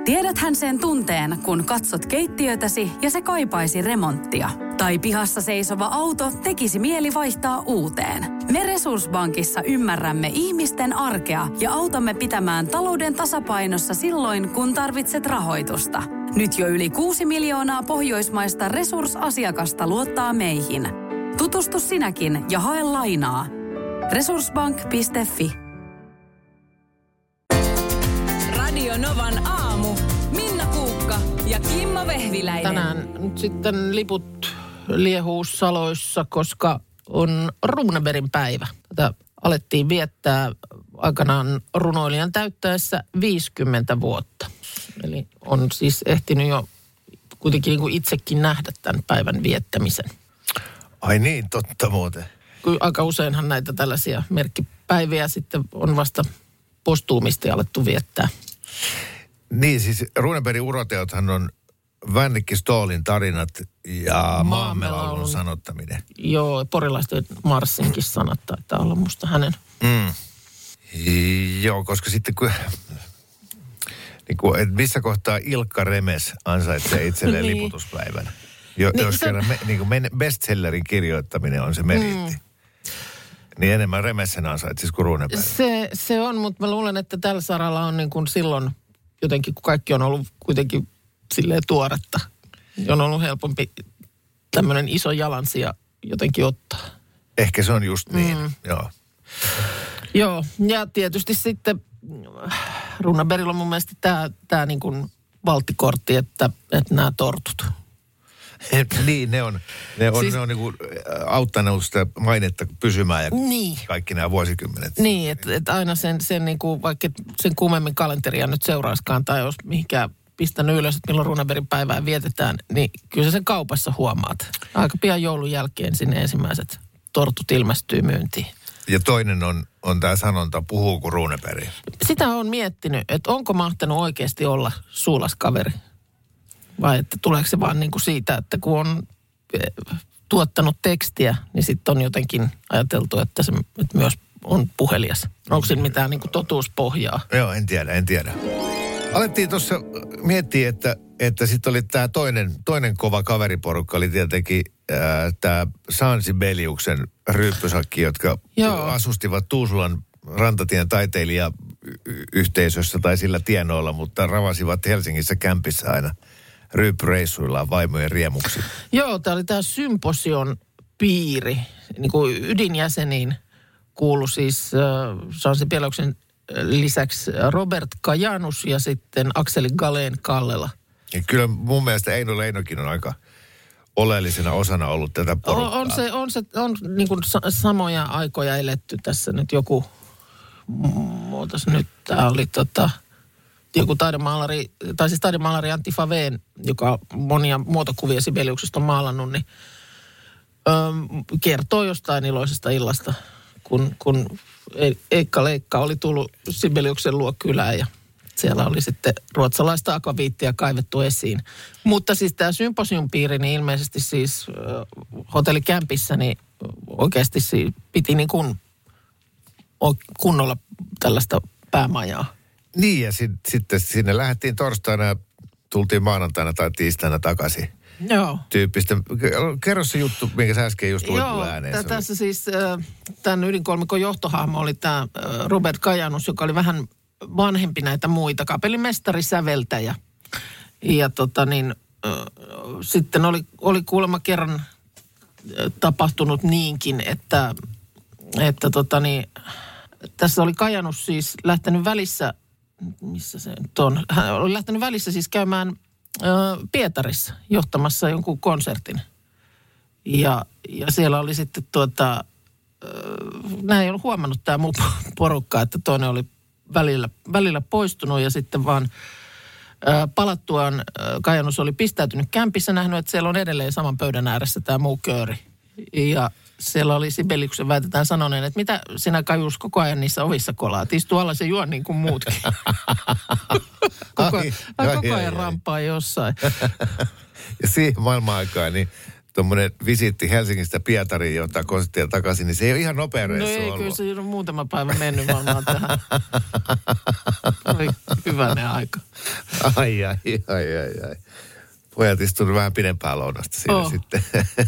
Tiedäthän sen tunteen, kun katsot keittiötäsi ja se kaipaisi remonttia. Tai pihassa seisova auto tekisi mieli vaihtaa uuteen. Me Resurssbankissa ymmärrämme ihmisten arkea ja autamme pitämään talouden tasapainossa silloin, kun tarvitset rahoitusta. Nyt jo yli 6 miljoonaa pohjoismaista resursasiakasta luottaa meihin. Tutustu sinäkin ja hae lainaa. Resurssbank.fi. Radio Novan aamu. Minna Kuukka ja Kimmo Vehviläinen. Tänään nyt sitten liput liehuu saloissa, koska on Runebergin päivä. Tätä alettiin viettää aikanaan runoilijan täyttäessä 50 vuotta. Eli on siis ehtinyt jo kuitenkin niin kuin itsekin nähdä tämän päivän viettämisen. Ai niin, totta muuten. Aika useinhan näitä tällaisia merkkipäiviä sitten on vasta postuumisti alettu viettää. Niin, siis Runebergin uroteothan on Vännikki Stoolin tarinat ja Maamme laulun sanottaminen. Joo, porilaisten marssinkin sanat taitaa olla musta hänen. Joo, koska sitten missä kohtaa Ilkka Remes ansaitsee itselleen niin. liputuspäivän. Niin, jos kerran bestsellerin kirjoittaminen on se meriitti. Niin enemmän Remesen ansaitsisi kuin Runeberg. Se on, mutta mä luulen, että tällä saralla on niin kuin silloin jotenkin, kun kaikki on ollut kuitenkin silleen tuoretta. On ollut helpompi tämmöinen iso jalansija jotenkin ottaa. Ehkä se on just niin, joo. Joo, ja tietysti sitten Runebergilla on mun mielestä tämä niin kuin valttikortti, että nämä tortut. Niin, ne on niin kuin auttanut sitä mainetta pysymään ja niin. Kaikki nämä vuosikymmenet. Niin, että aina sen niin kuin, vaikka sen kuumemmin kalenteria nyt seuraiskaan tai jos mihinkään pistänyt ylös, että milloin Runebergin päivää vietetään, niin kyllä sen kaupassa huomaat. Aika pian joulun jälkeen sinne ensimmäiset tortut ilmestyy myyntiin. Ja toinen on tämä sanonta, puhuu kuin Runeberg. Sitä on miettinyt, että onko mahtanut oikeasti olla suulaskaveri. Vai että tuleeko se vaan niin kuin siitä, että kun on tuottanut tekstiä, niin sitten on jotenkin ajateltu, että se että myös on puhelias. Onko siinä mitään niin kuin totuuspohjaa? Joo, en tiedä. Alettiin tuossa miettiä, että sitten oli tämä toinen kova kaveriporukka, oli tietenkin tämä Sansibeliuksen ryyppysakki, jotka asustivat Tuusulan Rantatien taiteilijayhteisössä tai sillä tienoilla, mutta ravasivat Helsingissä kämpissä aina ryyppyreissuillaan vaimojen riemuksi. Joo, tämä oli tämä Symposion piiri. Niin kuin ydinjäseniin kuului siis Sansibeliuksen lisäksi Robert Kajanus ja sitten Akseli Galén Kallela. Ja kyllä mun mielestä Eino Leinokin on aika oleellisena osana ollut tätä porukkaa. On niin kuin samoja aikoja eletty tässä nyt joku, tämä oli joku taidemaalari Antti Favén, joka monia muotokuvia Sibeliuksesta on maalannut, niin kertoo jostain iloisesta illasta, kun Eikka Leikka oli tullut Sibeliuksen luo kylään ja siellä oli sitten ruotsalaista akvaviittia kaivettu esiin. Mutta siis tämä Symposion piiri, niin ilmeisesti siis hotellikämpissä, niin oikeasti piti niin kuin kunnolla tällaista päämajaa. Niin ja sitten sinne lähdettiin torstaina ja tultiin maanantaina tai tiistaina takaisin. Joo. Tyyppistä. Kerro se juttu, minkä sä äsken just luit ääneen. Joo, tässä siis tämän ydinkolmikon johtohahmo oli tämä Robert Kajanus, joka oli vähän vanhempi näitä muita, kapellimestari-säveltäjä. Ja sitten oli kuulemma kerran tapahtunut niinkin, että tässä oli Kajanus siis lähtenyt välissä, missä se nyt on? Hän oli lähtenyt välissä siis käymään Pietarissa johtamassa jonkun konsertin. Ja siellä oli sitten nämä ei ollut huomannut tämä muu porukka, että toinen oli välillä poistunut ja sitten vaan palattuaan Kajanus oli pistäytynyt kämpissä, nähnyt, että siellä on edelleen saman pöydän ääressä tämä muu kööri. Ja siellä oli Sibeliuksen väitetään sanoneen, että mitä sinä Kajus koko ajan niissä ovissa kolaat. Istuu alla se juo niin kuin muutkin. koko ajan rampaa jossain. Ja siihen maailman aikaan, niin tuommoinen visiitti Helsingistä Pietariin, jota konseptia takaisin, niin se ei ole ihan nopea reissu ollut. No ei, ollut. kyllä se on muutama päivä mennyt varmaan tähän. Oli hyvänen aika. Ai. Pojat istunut vähän pidempään lounasta siinä sitten.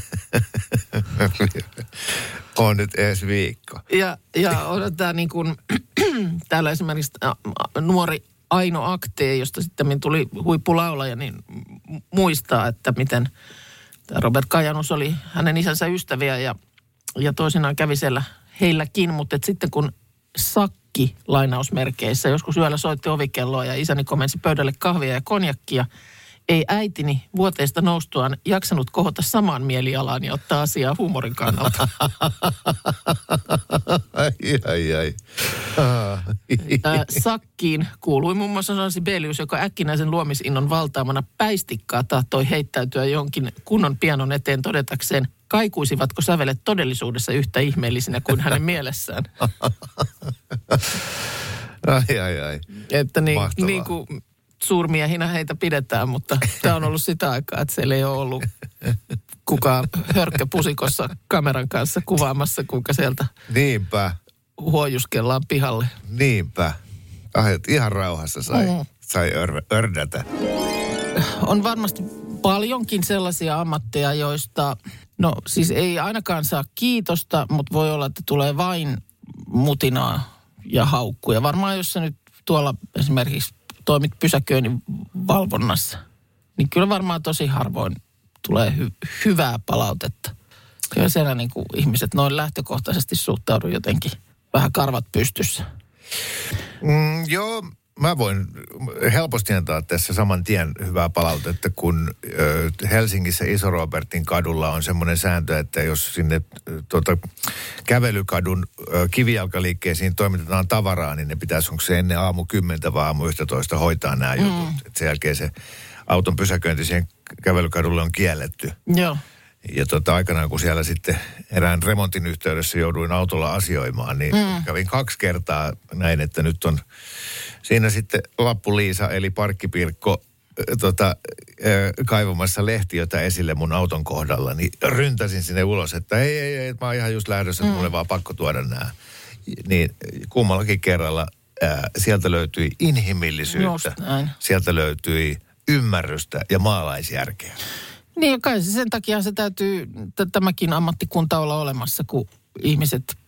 On nyt edes viikko. Ja odotetaan niin kuin, täällä esimerkiksi nuori Aino Aktee, josta sitten tuli huippulaulaja, niin muistaa, että miten Robert Kajanus oli hänen isänsä ystäviä ja toisinaan kävi siellä heilläkin, mutta sitten kun sakki lainausmerkeissä joskus yöllä soitti ovikelloa ja isäni komensi pöydälle kahvia ja konjakkia, ei äitini vuoteesta noustuaan jaksanut kohota samaan mielialaan ja ottaa asiaa huumorin kannalta. Ai. Sakkiin kuului muun muassa Jean Sibelius, joka äkkinäisen luomisinnon valtaamana päistikkaa tahtoi heittäytyä jonkin kunnon pianon eteen todetakseen, kaikuisivatko sävelet todellisuudessa yhtä ihmeellisinä kuin hänen mielessään. Ai. Että niin kuin suurmiehinä heitä pidetään, mutta tämä on ollut sitä aikaa, että siellä ei ole ollut kukaan hörkkäpusikossa kameran kanssa kuvaamassa, kuinka sieltä huojuskellaan pihalle. Niinpä. Ihan rauhassa sai ördätä. On varmasti paljonkin sellaisia ammatteja, joista, no siis ei ainakaan saa kiitosta, mutta voi olla, että tulee vain mutinaa ja haukkuja. Varmaan jos sä nyt tuolla esimerkiksi toimit pysäköinnin valvonnassa, niin kyllä varmaan tosi harvoin tulee hyvää palautetta. Kyllä siellä niin kuin ihmiset noin lähtökohtaisesti suhtaudu jotenkin vähän karvat pystyssä. Joo, mä voin helposti antaa tässä saman tien hyvää palautetta, kun Helsingissä Iso-Robertin kadulla on semmoinen sääntö, että jos sinne kävelykadun kivijalkaliikkeisiin toimitetaan tavaraa, niin ne pitäisi, onko se ennen aamu 10 vai aamu 11 hoitaa nämä jutut. Et sen jälkeen se auton pysäköinti siihen kävelykadulle on kielletty. Joo. Ja aikanaan, kun siellä sitten erään remontin yhteydessä jouduin autolla asioimaan, niin kävin 2 kertaa näin, että nyt on siinä sitten Lappu-Liisa eli Parkkipirkko kaivamassa lehtiötä esille mun auton kohdalla, niin ryntäsin sinne ulos, että ei, mä oon ihan just lähdössä, että mulle vaan pakko tuoda nämä. Niin kummallakin kerralla sieltä löytyi inhimillisyyttä, sieltä löytyi ymmärrystä ja maalaisjärkeä. Niin ja kai sen takia se täytyy tämäkin ammattikunta olla olemassa, kun ihmiset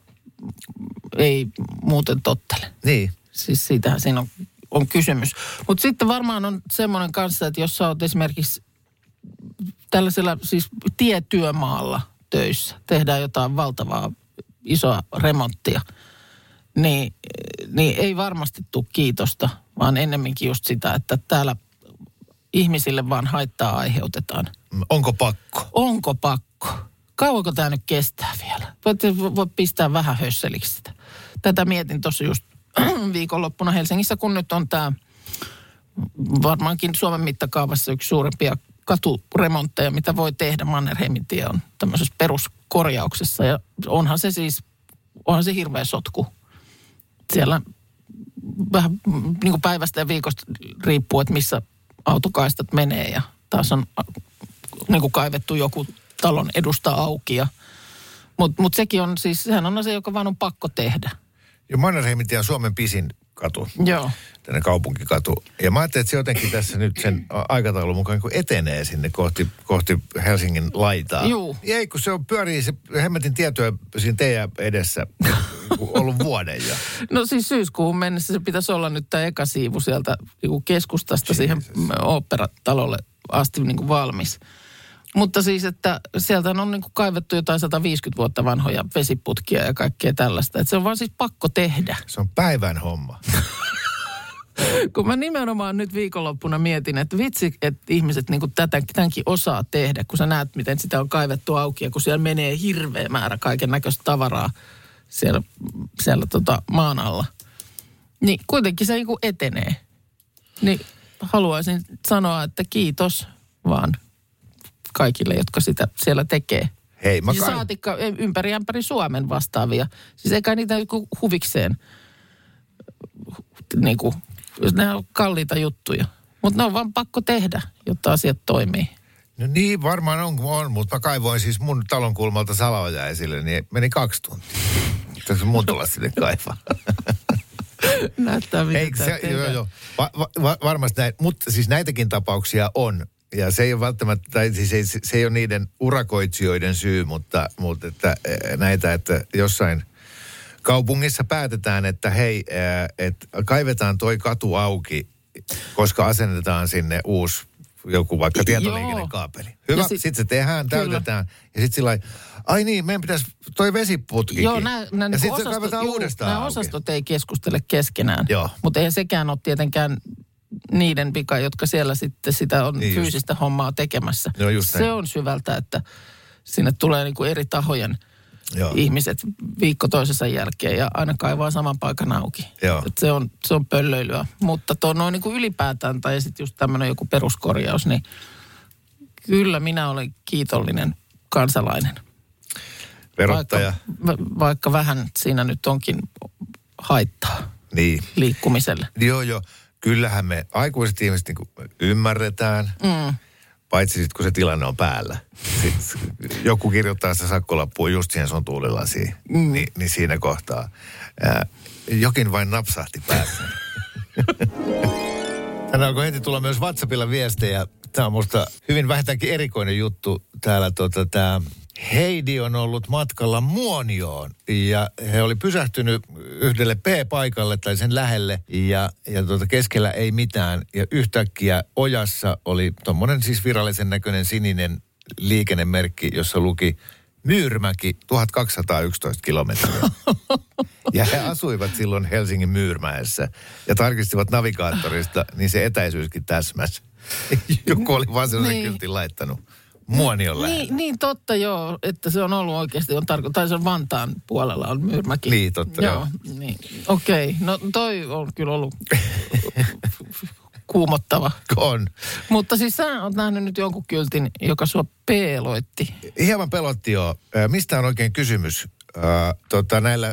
ei muuten tottele. Niin. Siis siitähän siinä on kysymys. Mutta sitten varmaan on semmoinen kanssa, että jos sä oot esimerkiksi tällaisella siis tietyömaalla töissä, tehdään jotain valtavaa isoa remonttia, niin ei varmasti tule kiitosta, vaan ennemminkin just sitä, että täällä ihmisille vaan haittaa aiheutetaan. Onko pakko? Onko pakko? Kauanko tämä nyt kestää vielä? Voit pistää vähän hösseliksi sitä. Tätä mietin tuossa just viikonloppuna Helsingissä, kun nyt on tämä varmaankin Suomen mittakaavassa yksi suurimpia katuremontteja, mitä voi tehdä. Mannerheimin tie on tämmöisessä peruskorjauksessa ja onhan se hirveä sotku. Siellä vähän niin kuin päivästä ja viikosta riippuu, että missä autokaistat menee ja taas on niin kuin kaivettu joku talon edusta auki. Mutta sekin on siis, sehän on asia, joka vaan on pakko tehdä. Ja Mannerheimin tie on Suomen pisin katu. Joo. Tänne kaupunkikatu. Ja mä ajattelin, että se jotenkin tässä nyt sen aikataulun mukaan kun etenee sinne kohti Helsingin laitaa. Juu. Ei, kun se on pyörii se hemmetin tietoja siinä teidän edessä ollut vuoden. Ja. No siis syyskuuhun mennessä se pitäisi olla nyt tämä eka siivu sieltä keskustasta siihen oopperatalolle asti niin kuin valmis. Mutta siis, että sieltä on niin kuin kaivettu jotain 150 vuotta vanhoja vesiputkia ja kaikkea tällaista. Että se on vaan siis pakko tehdä. Se on päivän homma. Kun mä nimenomaan nyt viikonloppuna mietin, että vitsi, että ihmiset niin kuin tämänkin osaa tehdä, kun sä näet, miten sitä on kaivettu auki ja kun siellä menee hirveä määrä kaiken näköistä tavaraa siellä maan alla. Niin kuitenkin se niin kuin etenee. Niin haluaisin sanoa, että kiitos vaan kaikille, jotka sitä siellä tekee. Hei, siis saatikka ympäri Suomen vastaavia. Siis eikä niitä huvikseen, niinku, ne on kalliita juttuja. Mutta ne on vaan pakko tehdä, jotta asiat toimii. No niin, varmaan on, mutta mä kaivoin siis mun talon kulmalta Salaoja esille, niin meni 2 tuntia. Tässä mun tulla sinne kaivaa. Näyttää mitä tämä tehdään. Joo. Varmasti näin, mutta siis näitäkin tapauksia on. Ja se ei ole välttämättä, tai siis se ei ole niiden urakoitsijoiden syy, mutta että näitä, että jossain kaupungissa päätetään, että hei, että kaivetaan toi katu auki, koska asennetaan sinne uusi joku vaikka tietoliikennekaapeli. Hyvä, sitten se tehdään, täytetään. Ja sitten sillä ai niin, meidän pitäisi toi vesiputkikin. Joo, ja sitten se kaivetaan uudestaan nämä auki. osastot ei keskustele keskenään. Joo. Mutta eihän sekään ole tietenkään niiden vika, jotka siellä sitten sitä on niin fyysistä hommaa tekemässä. No just näin. Se on syvältä, että sinne tulee niinku eri tahojen Joo. ihmiset viikko toisensa jälkeen ja aina kaivaa saman paikan auki. Joo. Se on pöllöilyä. Mutta tuo noin niinku ylipäätään tai sitten just tämmöinen joku peruskorjaus, niin kyllä minä olen kiitollinen kansalainen. Verottaja. Vaikka vähän siinä nyt onkin haittaa liikkumiselle. Joo. Kyllähän me aikuiset ihmiset niin ymmärretään, paitsi sitten kun se tilanne on päällä. Joku kirjoittaa sitä sakkolappua just siihen sun tuulilasiin, niin siinä kohtaa. Jokin vain napsahti päässä. Tänään alkoi heti tulla myös WhatsAppilla viestejä. Tämä on musta hyvin vähintäänkin erikoinen juttu. Täällä tämä Heidi on ollut matkalla Muonioon ja he oli pysähtynyt yhdelle P-paikalle tai sen lähelle ja keskellä ei mitään. Ja yhtäkkiä ojassa oli tommonen siis virallisen näköinen sininen liikennemerkki, jossa luki Myyrmäki 1211 kilometriä. Ja he asuivat silloin Helsingin Myyrmäessä ja tarkistivat navigaattorista, niin se etäisyyskin täsmäsi. Joku oli vaan sellaisen kyltin laittanut. Muonion lähellä. Niin totta joo, että se on ollut oikeasti, tai se on Vantaan puolella on Myyrmäki. Niin totta joo. Niin. Okei, no toi on kyllä ollut kuumottava. On. Mutta siis sä oot nähnyt nyt jonkun kyltin, joka sua peloitti. Hieman pelotti joo. Mistä on oikein kysymys? Näillä,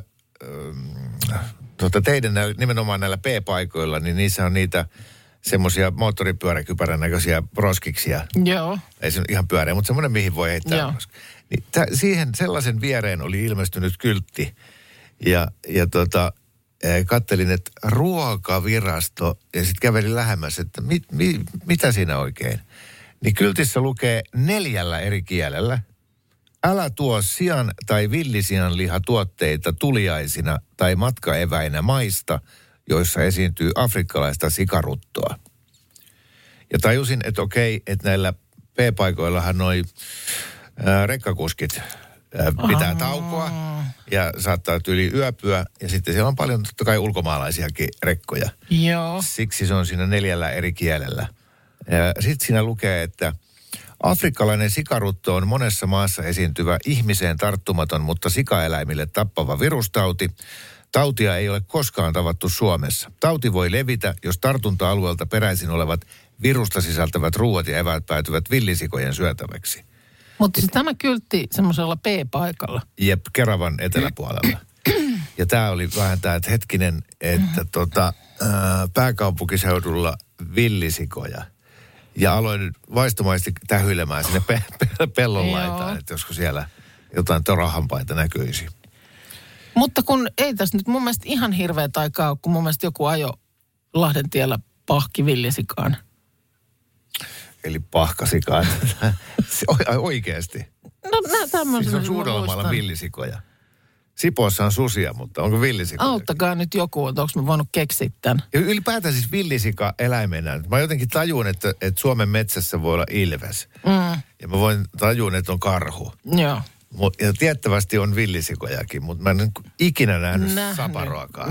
teidän nimenomaan näillä P-paikoilla, niin niissä on niitä semmoisia moottoripyöräkypärän näköisiä roskiksia. Joo. Ei se ihan pyöreä, mutta semmoinen, mihin voi heittää. Niin siihen sellaisen viereen oli ilmestynyt kyltti. Ja kattelin, että ruokavirasto, ja sitten kävelin lähemmäs, että mitä siinä oikein. Niin kyltissä lukee 4 eri kielellä. Älä tuo sian tai villisian lihatuotteita tuliaisina tai matkaeväinä maista, joissa esiintyy afrikkalaista sikaruttoa. Ja tajusin, että okei, että näillä P-paikoillahan noi rekkakuskit pitää taukoa ja saattaa yli yöpyä. Ja sitten siellä on paljon totta kai ulkomaalaisiakin rekkoja. Joo. Siksi se on siinä 4 eri kielellä. Sitten siinä lukee, että afrikkalainen sikarutto on monessa maassa esiintyvä ihmiseen tarttumaton, mutta sikaeläimille tappava virustauti. Tautia ei ole koskaan tavattu Suomessa. Tauti voi levitä, jos tartunta-alueelta peräisin olevat virusta sisältävät ruuat ja eväät päätyvät villisikojen syötäväksi. Mutta siis tämä kyltti semmoisella P-paikalla. Jep, Keravan eteläpuolella. Ja tämä oli vähän tämä, että hetkinen, että pääkaupunkiseudulla villisikoja. Ja aloin vaistomaisesti tähyilemään sinne pellon laitaan, että josko siellä jotain torahampaita näkyisi. Mutta kun ei tässä nyt mun mielestä ihan hirveät aikaa ole, kun mun mielestä joku ajo Lahden tiellä pahki villisikaan. Eli pahkasikaan. Oikeasti. No tämmöisen. Siis on Suudellamaalla villisikoja. Sipoossa on susia, mutta onko villisikoja? Auttakaa nyt joku, että onko mä voinut keksiä tämän. Ja ylipäätään siis villisika eläimenä. Mä jotenkin tajun, että Suomen metsässä voi olla ilves. Ja mä voin tajun, että on karhu. Joo. Ja tiettävästi on villisikojakin, mutta mä en ikinä nähnyt saparoakaan.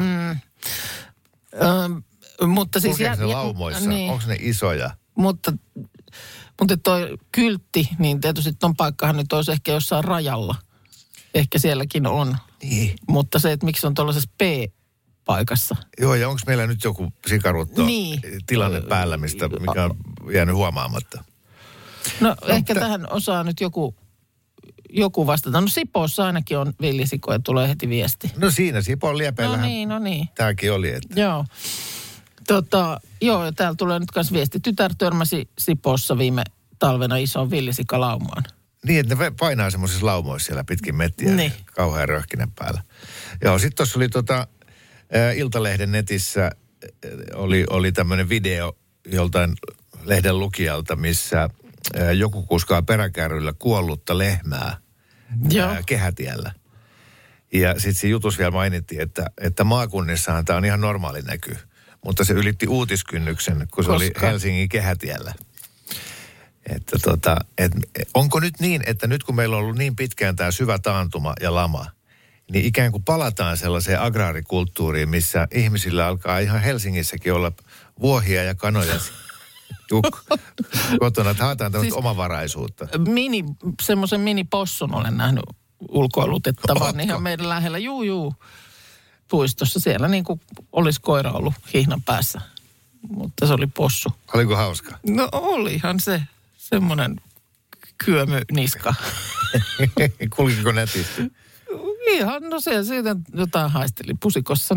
Mutta siis... Kulkeeko ne laumoissa? Niin. Onko ne isoja? Mutta toi kyltti, niin tietysti ton paikkahan nyt olisi ehkä jossain rajalla. Ehkä sielläkin on. Niin. Mutta se, että miksi se on tuollaisessa P-paikassa. Joo, ja onko meillä nyt joku sikarutto tilanne päällä, mikä on jäänyt huomaamatta? No ehkä tähän osaa nyt joku vastata. No Sipoossa ainakin on villisikoja, tulee heti viesti. No siinä Sipoon liepeillähän no niin. Tämäkin oli. Että. Joo. Joo, ja täällä tulee nyt myös viesti. Tytär törmäsi Sipoossa viime talvena isoon villisikalaumaan. Niin, että ne painaa semmoisissa laumoissa siellä pitkin mettiä. Niin. Kauhean röhkinen päällä. Joo, sitten tuossa oli Iltalehden netissä oli tämmöinen video joltain lehden lukijalta, missä joku kuskaa peräkärryllä kuollutta lehmää kehätiellä. Ja sitten siinä jutussa vielä mainittiin, että maakunnissahan tämä on ihan normaali näky. Mutta se ylitti uutiskynnyksen, kun se oli Helsingin kehätiellä. Että onko nyt niin, että nyt kun meillä on ollut niin pitkään tämä syvä taantuma ja lama, niin ikään kuin palataan sellaiseen agraarikulttuuriin, missä ihmisillä alkaa ihan Helsingissäkin olla vuohia ja kanoja kotona, että haetaan tämmöistä omavaraisuutta. Semmoisen minipossun olen nähnyt ulkoilutettavan ihan meidän lähellä. Juu. Puistossa siellä niin kuin olisi koira ollut hihnan päässä, mutta se oli possu. Oliko hauska? No olihan se semmoinen kyömyniska. Kulkiko nätisti? Ihan, no se siitä jotain haisteli pusikossa.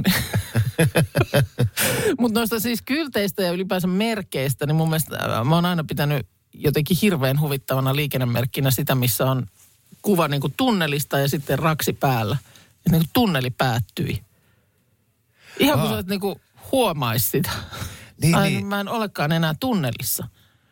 Mutta noista siis kylteistä ja ylipäänsä merkeistä, niin mun mielestä mä oon aina pitänyt jotenkin hirveän huvittavana liikennemerkkinä sitä, missä on kuva niin kuin tunnelista ja sitten raksi päällä. Ja niin kuin tunneli päättyi. Ihan kun sä et niin kuin huomaisi sitä. Niin. Mä en olekaan enää tunnelissa.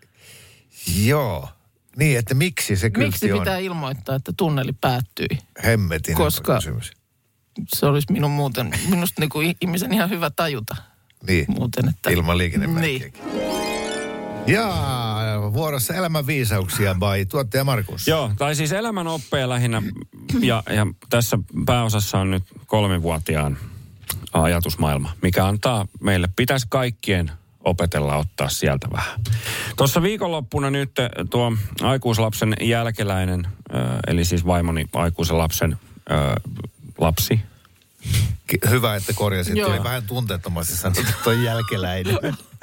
Joo. Niin, että miksi se kyltti miksi pitää ilmoittaa, että tunneli päättyi? Hemmetin koska kysymys. Se olisi minusta niin kuin ihmisen ihan hyvä tajuta. Niin, muuten, että ilman liikennemerkkiäkin. Niin. Ja vuorossa elämän viisauksia by tuottaja Markus. Joo, tai siis elämän oppeja lähinnä. Ja tässä pääosassa on nyt 3-vuotiaan ajatusmaailma, mikä antaa meille, pitäisi kaikkien opetella ottaa sieltä vähän. Tuossa viikonloppuna nyt tuo aikuislapsen jälkeläinen, eli siis vaimoni aikuisen lapsen lapsi. Hyvä, että korjasit. Tuli vähän tunteettomasti sanottu toi jälkeläinen.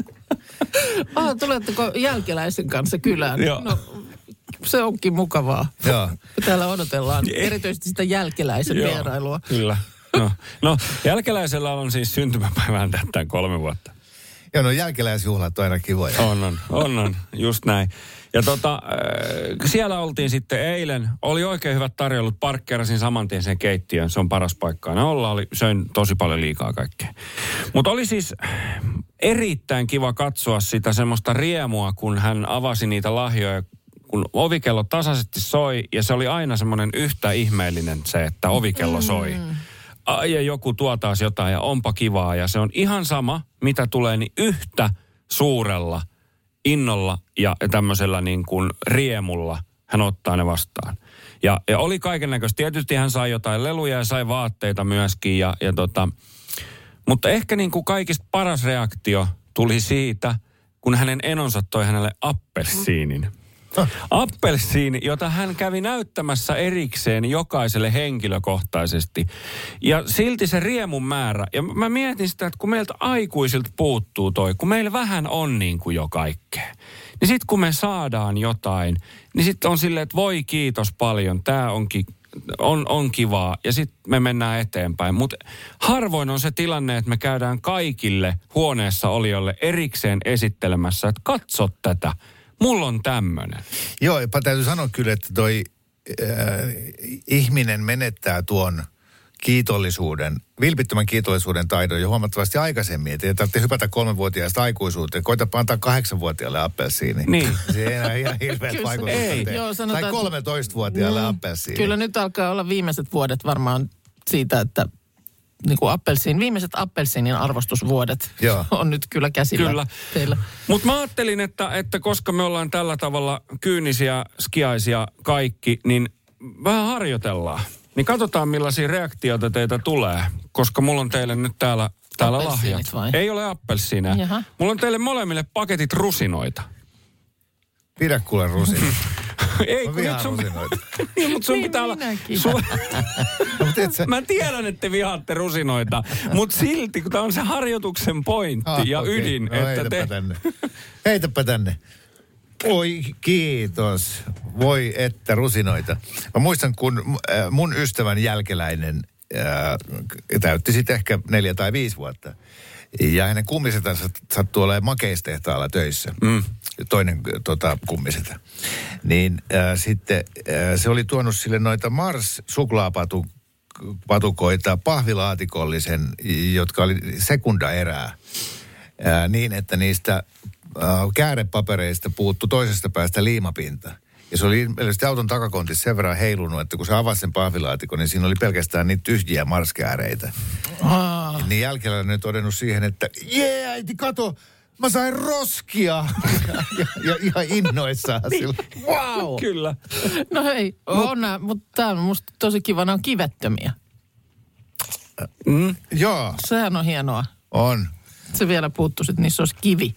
Tuletteko jälkeläisen kanssa kylään? Joo. No, se onkin mukavaa. Joo. Täällä odotellaan erityisesti sitä jälkeläisen vierailua. Kyllä. No, jälkeläisellä on siis syntymäpäivään tähtään 3 vuotta. Joo, no jälkeläisjuhlat on aina kivoja. On, just näin. Ja siellä oltiin sitten eilen, oli oikein hyvät tarjoulut, parkkeerasin saman tien sen keittiön, se on paras paikka aina olla, söin tosi paljon liikaa kaikkea. Mutta oli siis erittäin kiva katsoa sitä semmoista riemua, kun hän avasi niitä lahjoja, kun ovikello tasaisesti soi, ja se oli aina semmoinen yhtä ihmeellinen se, että ovikello soi. Ja joku tuo taas jotain ja onpa kivaa. Ja se on ihan sama, mitä tulee, niin yhtä suurella innolla ja tämmöisellä niin kuin riemulla hän ottaa ne vastaan. Ja oli kaikennäköistä. Tietysti hän sai jotain leluja ja sai vaatteita myöskin. Mutta ehkä niin kuin kaikista paras reaktio tuli siitä, kun hänen enonsa toi hänelle appelsiinin. Appelsiini, jota hän kävi näyttämässä erikseen jokaiselle henkilökohtaisesti. Ja silti se riemun määrä. Ja mä mietin sitä, että kun meiltä aikuisilta puuttuu toi, kun meillä vähän on niin kuin jo kaikkea. Niin sit kun me saadaan jotain, niin sit on silleen, että voi kiitos paljon, tää on kivaa. Ja sit me mennään eteenpäin. Mutta harvoin on se tilanne, että me käydään kaikille huoneessa olijoille erikseen esittelemässä, että katso tätä. Mulla on tämmöinen. Joo, täytyy sanoa kyllä, että toi ihminen menettää tuon kiitollisuuden, vilpittömän kiitollisuuden taidon jo huomattavasti aikaisemmin. Että ei tarvitse hypätä 3-vuotiaasta aikuisuuteen. Koitapa antaa 8-vuotiaalle appelsiini. Niin. Se ei enää ihan hirveät vaikutusta tee. Joo, tai 13-vuotiaalle appelsiini. Kyllä nyt alkaa olla viimeiset vuodet varmaan siitä, että niin kuin viimeiset appelsiinin arvostusvuodet on nyt kyllä käsillä teillä. Mutta mä ajattelin, että koska me ollaan tällä tavalla kyynisiä, skiaisia kaikki, niin vähän harjoitellaan. Niin katsotaan millaisia reaktioita teitä tulee, koska mulla on teille nyt täällä lahjat. Vai? Ei ole appelsiineja. Jaha. Mulla on teille molemmille paketit rusinoita. Pidä kuule rusinoita. Ei, kun nyt sun... mutta sun pitää olla... Mä tiedän, että te vihaatte rusinoita, mutta silti, kun tämä on se harjoituksen pointti ja ydin, no, että heitäpä tänne. Oi, kiitos. Voi että rusinoita. Mä muistan, kun mun ystävän jälkeläinen täytti sitten ehkä 4 tai 5 vuotta. Ja hänen kummisetänsä sattuu olemaan makeistehtaalla töissä. Toinen kummisetä. Niin sitten se oli tuonut sille noita Mars-suklaapatukoita pahvilaatikollisen, jotka oli sekundaerää. Niin, että niistä käärepapereista puuttu toisesta päästä liimapinta. Ja se oli ilmeisesti auton takakontissa sen verran heilunut, että kun se avasi sen pahvilaatikon, niin siinä oli pelkästään niitä tyhjiä marskääreitä. Niin jälkeen on todennut siihen, että äiti, kato, mä sain roskia. ja ihan innoissaan sillä. Wow. Kyllä. No hei, mutta tää on musta tosi kiva, ne on kivettömiä. Joo. Sehän on hienoa. On. Se vielä puuttuisi, että niissä olisi kivi.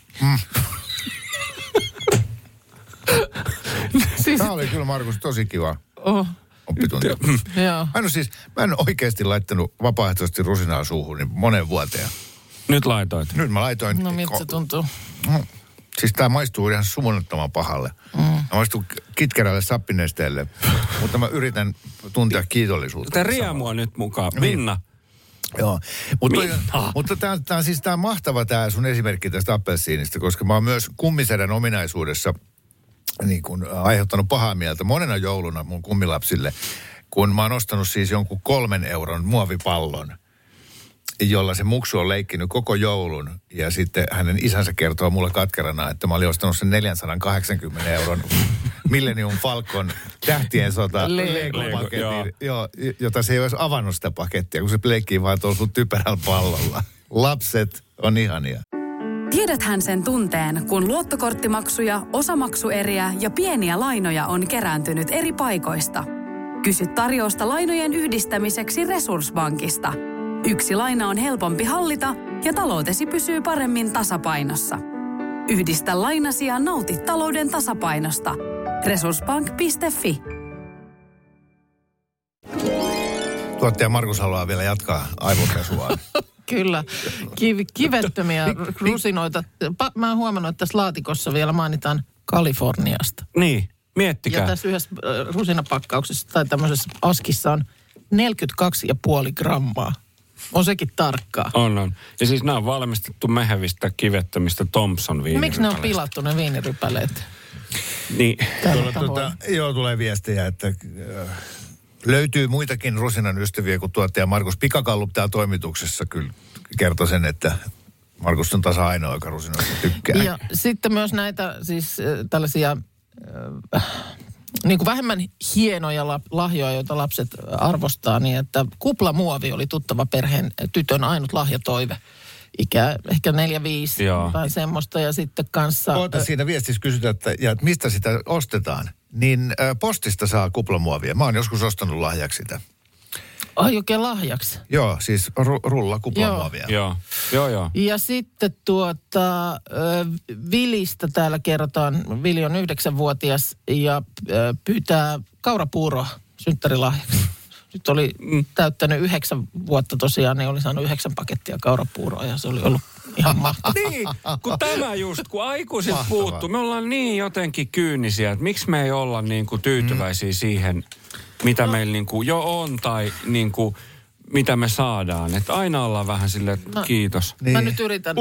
Siis... Tämä oli kyllä, Markus, tosi kiva oppitunti. Joo. Mä en oikeasti laittanut vapaaehtoisesti rusinaa suuhun niin monen vuoteen. Nyt laitoit. Nyt mä laitoin. No miltä se tuntuu? Siis tää maistuu ihan sumunnottaman pahalle. Mä maistuu kitkerälle sappinesteelle, mutta mä yritän tuntea kiitollisuutta. Tämä riemua nyt mukaan. Minna. Joo, mutta tämä on siis mahtava tämä sun esimerkki tästä appelsiinista, koska mä oon myös kummisedän ominaisuudessa niin kun aiheuttanut pahaa mieltä monena jouluna mun kummilapsille, kun mä oon ostanut siis jonkun 3 euron muovipallon, jolla se muksu on leikkinyt koko joulun. Ja sitten hänen isänsä kertoo mulle katkerana, että mä olin ostanut sen 480 euron Millennium Falcon tähtien sota Lego-paketin, jota se ei olisi avannut sitä pakettia, kun se leikkii vaan tuolla sun typerällä pallolla. Lapset on ihania. Tiedäthän sen tunteen, kun luottokorttimaksuja, osamaksueriä ja pieniä lainoja on kerääntynyt eri paikoista. Kysy tarjousta lainojen yhdistämiseksi Resurssbankista. Yksi laina on helpompi hallita ja taloutesi pysyy paremmin tasapainossa. Yhdistä lainasi ja nauti talouden tasapainosta. Resurssbank.fi. Tuottaja Markus haluaa vielä jatkaa aivopesua. Kyllä. Kivettömiä rusinoita. Mä oon huomannut, että tässä laatikossa vielä mainitaan Kaliforniasta. Niin, miettikää. Ja tässä yhdessä rusinapakkauksessa tai tämmöisessä askissa on 42,5 grammaa. On sekin tarkkaa. On. Ja siis nämä on valmistettu mehevistä kivettömistä Thompson viinirypäleistä. Miksi ne on pilattu ne viinirypäleet? Niin. Joo, tulee viestejä, että löytyy muitakin rusinan ystäviä kuin tuottaja Markus Pikakallup täällä toimituksessa. Kyllä kertoi sen, että Markus on taas ainoa, joka rusinoista tykkää. Ja sitten myös näitä siis tällaisia niin kuin vähemmän hienoja lahjoja, joita lapset arvostaa, niin että kuplamuovi oli tuttava perheen tytön ainut lahjatoive. Ikä ehkä 4-5 tai semmoista ja sitten kanssa... Siinä viestissä kysytään, että mistä sitä ostetaan. Niin postista saa kuplamuovia. Mä oon joskus ostanut lahjaksi sitä. Ai oikein lahjaksi? Joo, siis rulla kuplamuovia. Joo. Ja sitten Vilistä täällä kerrotaan. Vili on 9-vuotias ja pyytää kaurapuuroa synttärilahjaksi. Nyt oli täyttänyt 9 vuotta tosiaan, niin oli saanut 9 pakettia kaurapuuroa ja se oli ollut ihan mahtavaa. Niin, kun tämä just, kun aikuiset puuttuu, me ollaan niin jotenkin kyynisiä, että miksi me ei olla niin kuin tyytyväisiä siihen, mitä meillä niin kuin jo on tai niin kuin mitä me saadaan. Että aina ollaan vähän silleen, että kiitos. Niin. Mä nyt yritän.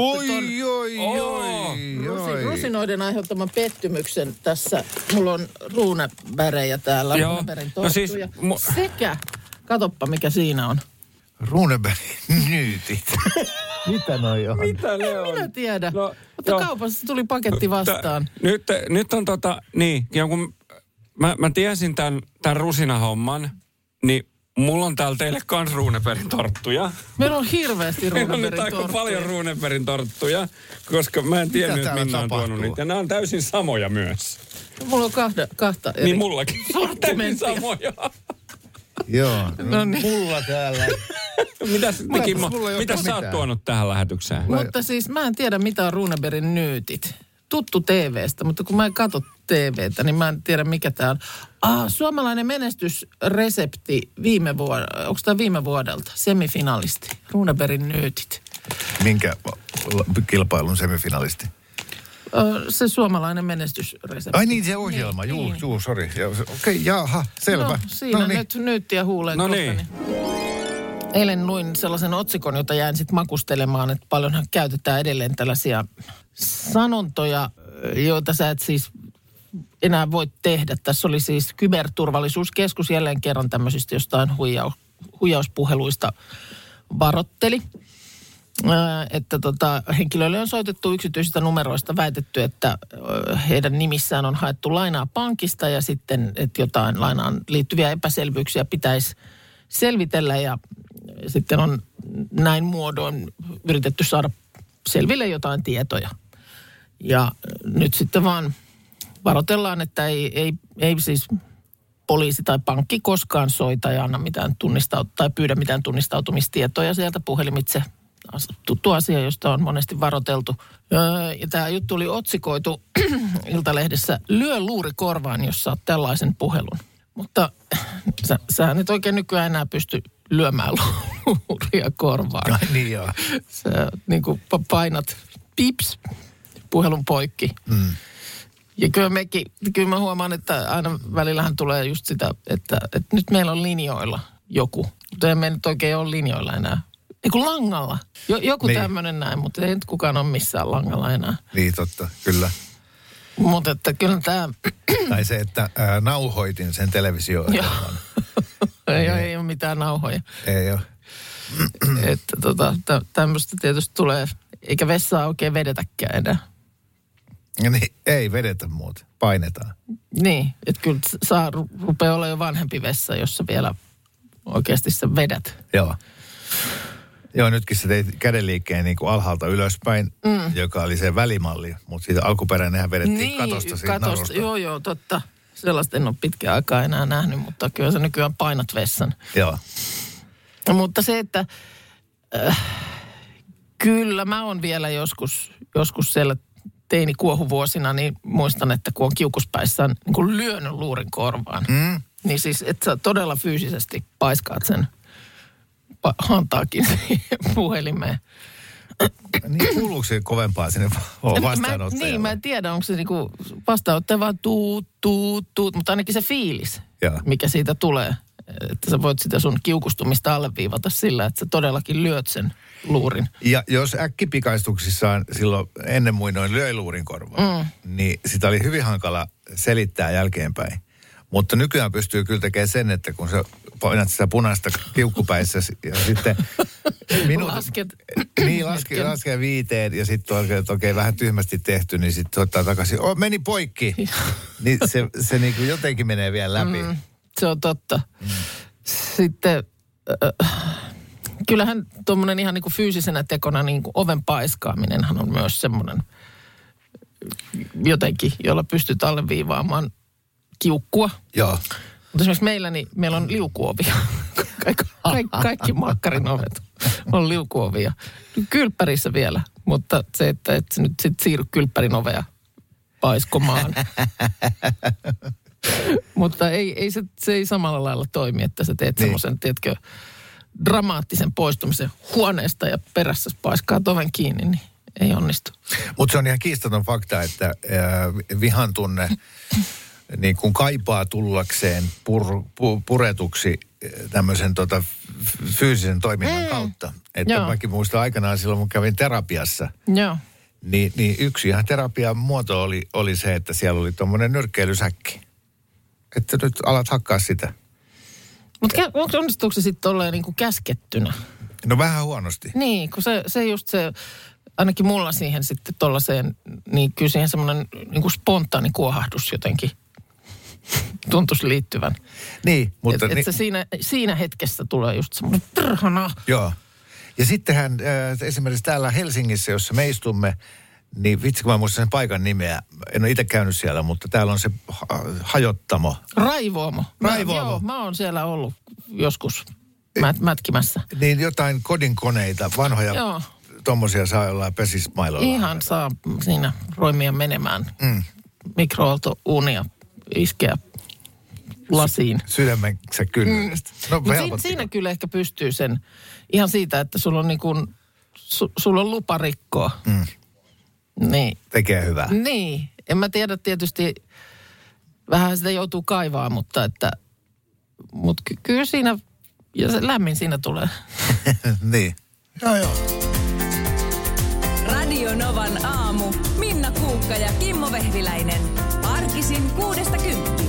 Rusinoiden aiheuttaman pettymyksen tässä. Mulla on ruunebärejä täällä. Ruuneberin torttuja. No siis, sekä, katoppa mikä siinä on. Ruuneberin nyytit. Mitä noi on? Mitä ne on? Minä tiedän. No, mutta kaupassa tuli paketti vastaan. Nyt on niin, ja kun mä tiesin tämän rusinahomman, niin mulla on täällä teille kans Runebergin torttuja. Meillä on hirveästi Runebergin torttuja. Meillä on nyt aika paljon Runebergin torttuja, koska mä en tiennyt, että Minna on tuonut niitä. Ja nämä on täysin samoja myös. Mulla on kahta eri. Niin mullakin. Täysin samoja. Joo, mulla täällä. Mitä sä oot tuonut tähän lähetykseen? Mutta siis mä en tiedä, mitä on Runebergin nyytit. Tuttu TV:stä, mutta kun mä en katso TV:tä, niin mä en tiedä, mikä tää on. Suomalainen menestysresepti onko tää viime vuodelta? Semifinalisti. Runebergin nyytit. Minkä kilpailun semifinalisti? Se suomalainen menestysresepti. Ai niin, se ohjelma. Niin. Juu, sori. Okei, jaha, selvä. No, siinä no niin. nyt nyyttiä huuleen. No niin. Eilen luin sellaisen otsikon, jota jäin sitten makustelemaan, että paljonhan käytetään edelleen tällaisia sanontoja, joita sä et siis enää voi tehdä. Tässä oli siis Kyberturvallisuuskeskus jälleen kerran tämmöisistä jostain huijauspuheluista varotteli. Että henkilöille on soitettu yksityisistä numeroista, väitetty, että heidän nimissään on haettu lainaa pankista ja sitten, että jotain lainaan liittyviä epäselvyyksiä pitäisi selvitellä ja sitten on näin muodoin yritetty saada selville jotain tietoja. Ja nyt sitten vaan varoitellaan, että ei siis poliisi tai pankki koskaan soita ja anna mitään tai pyydä mitään tunnistautumistietoja sieltä puhelimitse. Tuttu asia, josta on monesti varoteltu. Ja tämä juttu oli otsikoitu Iltalehdessä "Lyö luuri korvaan, jos saat tällaisen puhelun". Mutta sä nyt oikein nykyään enää pysty lyömään luuria korvaan. Ai niin joo. Sä niin kuin painat pips, puhelun poikki. Ja kyllä mä huomaan, että aina välillähän tulee just sitä, että nyt meillä on linjoilla joku. Mutta ei me nyt oikein ole linjoilla enää. Niin kuin langalla. Joku niin. Tämmöinen näin, mutta ei nyt kukaan ole missään langalla enää. Niin totta, kyllä. Mutta että kyllä tämä... Tai se, että nauhoitin sen televisio-ohjelman. Ei ole mitään nauhoja. Ei ole. Että tämmöistä tietysti tulee, eikä vessaa oikein vedetäkään enää. Niin, ei vedetä muuta, painetaan. Niin, että kyllä rupeaa olla jo vanhempi vessa, jossa vielä oikeasti sä vedät. Joo, nytkin sä teit kädenliikkeen niin kuin alhaalta ylöspäin, joka oli se välimalli, mutta siitä alkuperäinenhän vedettiin katosta siitä narusta. Joo, totta. Sellaista en ole pitkään aikaa enää nähnyt, mutta kyllä sä nykyään painat vessan. Joo. Mutta se, että kyllä mä oon vielä joskus siellä teini-kuohuvuosina, niin muistan, että kun on kiukuspäissään niin kun lyönyt luurin korvaan, niin siis että sä todella fyysisesti paiskaat sen hantaakin puhelimeen. Niin kuuluuko se kovempaa sinne vastaanottajalle? Mä en tiedä, onko se niinku vastaanottaja vaan tuut, mutta ainakin se fiilis, mikä siitä tulee. Että sä voit sitä sun kiukustumista alleviivata sillä, että sä todellakin lyöt sen luurin. Ja jos äkkipikaistuksissaan silloin ennen muinoin löi luurin korvaan, niin sitä oli hyvin hankala selittää jälkeenpäin. Mutta nykyään pystyy kyllä tekemään sen, että kun sä painat sitä punaista kiukkupäissä ja sitten laskee 5 ja sitten oikein vähän tyhmästi tehty, niin sitten ottaa takaisin. Meni poikki. Niin se niin kuin jotenkin menee vielä läpi. Se on totta. Sitten kyllähän tuommoinen ihan niin kuin fyysisenä tekona niin kuin oven paiskaaminenhan on myös semmoinen jotenkin, jolla pystyt alleviivaamaan kiukkua. Joo. Mutta esimerkiksi meillä on liukuovia. Kaikki makkarin ovet on liukuovia. Kylppärissä vielä, mutta se, että et nyt sit siirry kylppärin ovea paiskomaan. Mutta se ei samalla lailla toimi, että sä teet semmoisen, tiedätkö, dramaattisen poistumisen huoneesta ja perässä paiskaa oven kiinni, niin ei onnistu. Mutta se on ihan kiistaton fakta, että vihan tunne niin kun kaipaa tullakseen puretuksi tämmöisen fyysisen toiminnan kautta. Että mäkin muistan aikanaan silloin, kun kävin terapiassa. Joo. Niin yksi ihan terapian muoto oli se, että siellä oli tommoinen nyrkkeilysäkki. Että nyt alat hakkaa sitä. Mutta onnistuuko se sitten tolleen niinku käskettynä? No vähän huonosti. Niin, kun se just se, ainakin mulla siihen sitten tollaiseen, niin kyllä siihen semmoinen niinku spontaani kuohahdus jotenkin tuntuisi liittyvän. Niin, mutta... Että siinä hetkessä tulee just semmoinen perhana. Joo. Ja sittenhän esimerkiksi täällä Helsingissä, jossa me istumme, niin vitsi kun mä muistan sen paikan nimeä. En ole itse käynyt siellä, mutta täällä on se hajottamo. Raivuomo. Joo, mä oon siellä ollut joskus mätkimässä. Niin jotain kodinkoneita, vanhoja tommosia saa jollain pesismailoilla. Ihan saa siinä roimia menemään. Mikroaaltouunia iskeä lasiin. Sydämensä kynnyksestä. No siinä kyllä ehkä pystyy sen ihan siitä, että sulla on niin kuin, sulla on lupa rikkoa. Niin. Tekee hyvää. Niin. En mä tiedä tietysti, vähän sitä joutuu kaivaa, mutta kyllä siinä, ja se lämmin siinä tulee. Niin. Joo. Radio Novan aamu. Minna Kuukka ja Kimmo Vehviläinen. Arkisin 6–10.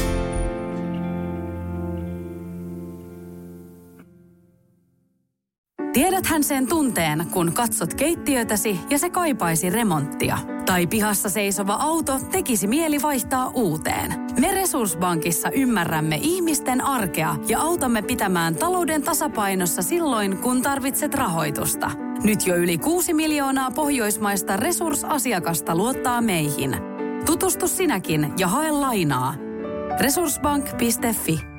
Tiedäthän sen tunteen, kun katsot keittiötäsi ja se kaipaisi remonttia. Tai pihassa seisova auto tekisi mieli vaihtaa uuteen. Me Resurssbankissa ymmärrämme ihmisten arkea ja autamme pitämään talouden tasapainossa silloin, kun tarvitset rahoitusta. Nyt jo yli 6 miljoonaa pohjoismaista Resurss-asiakasta luottaa meihin. Tutustu sinäkin ja hae lainaa. Resurssbank.fi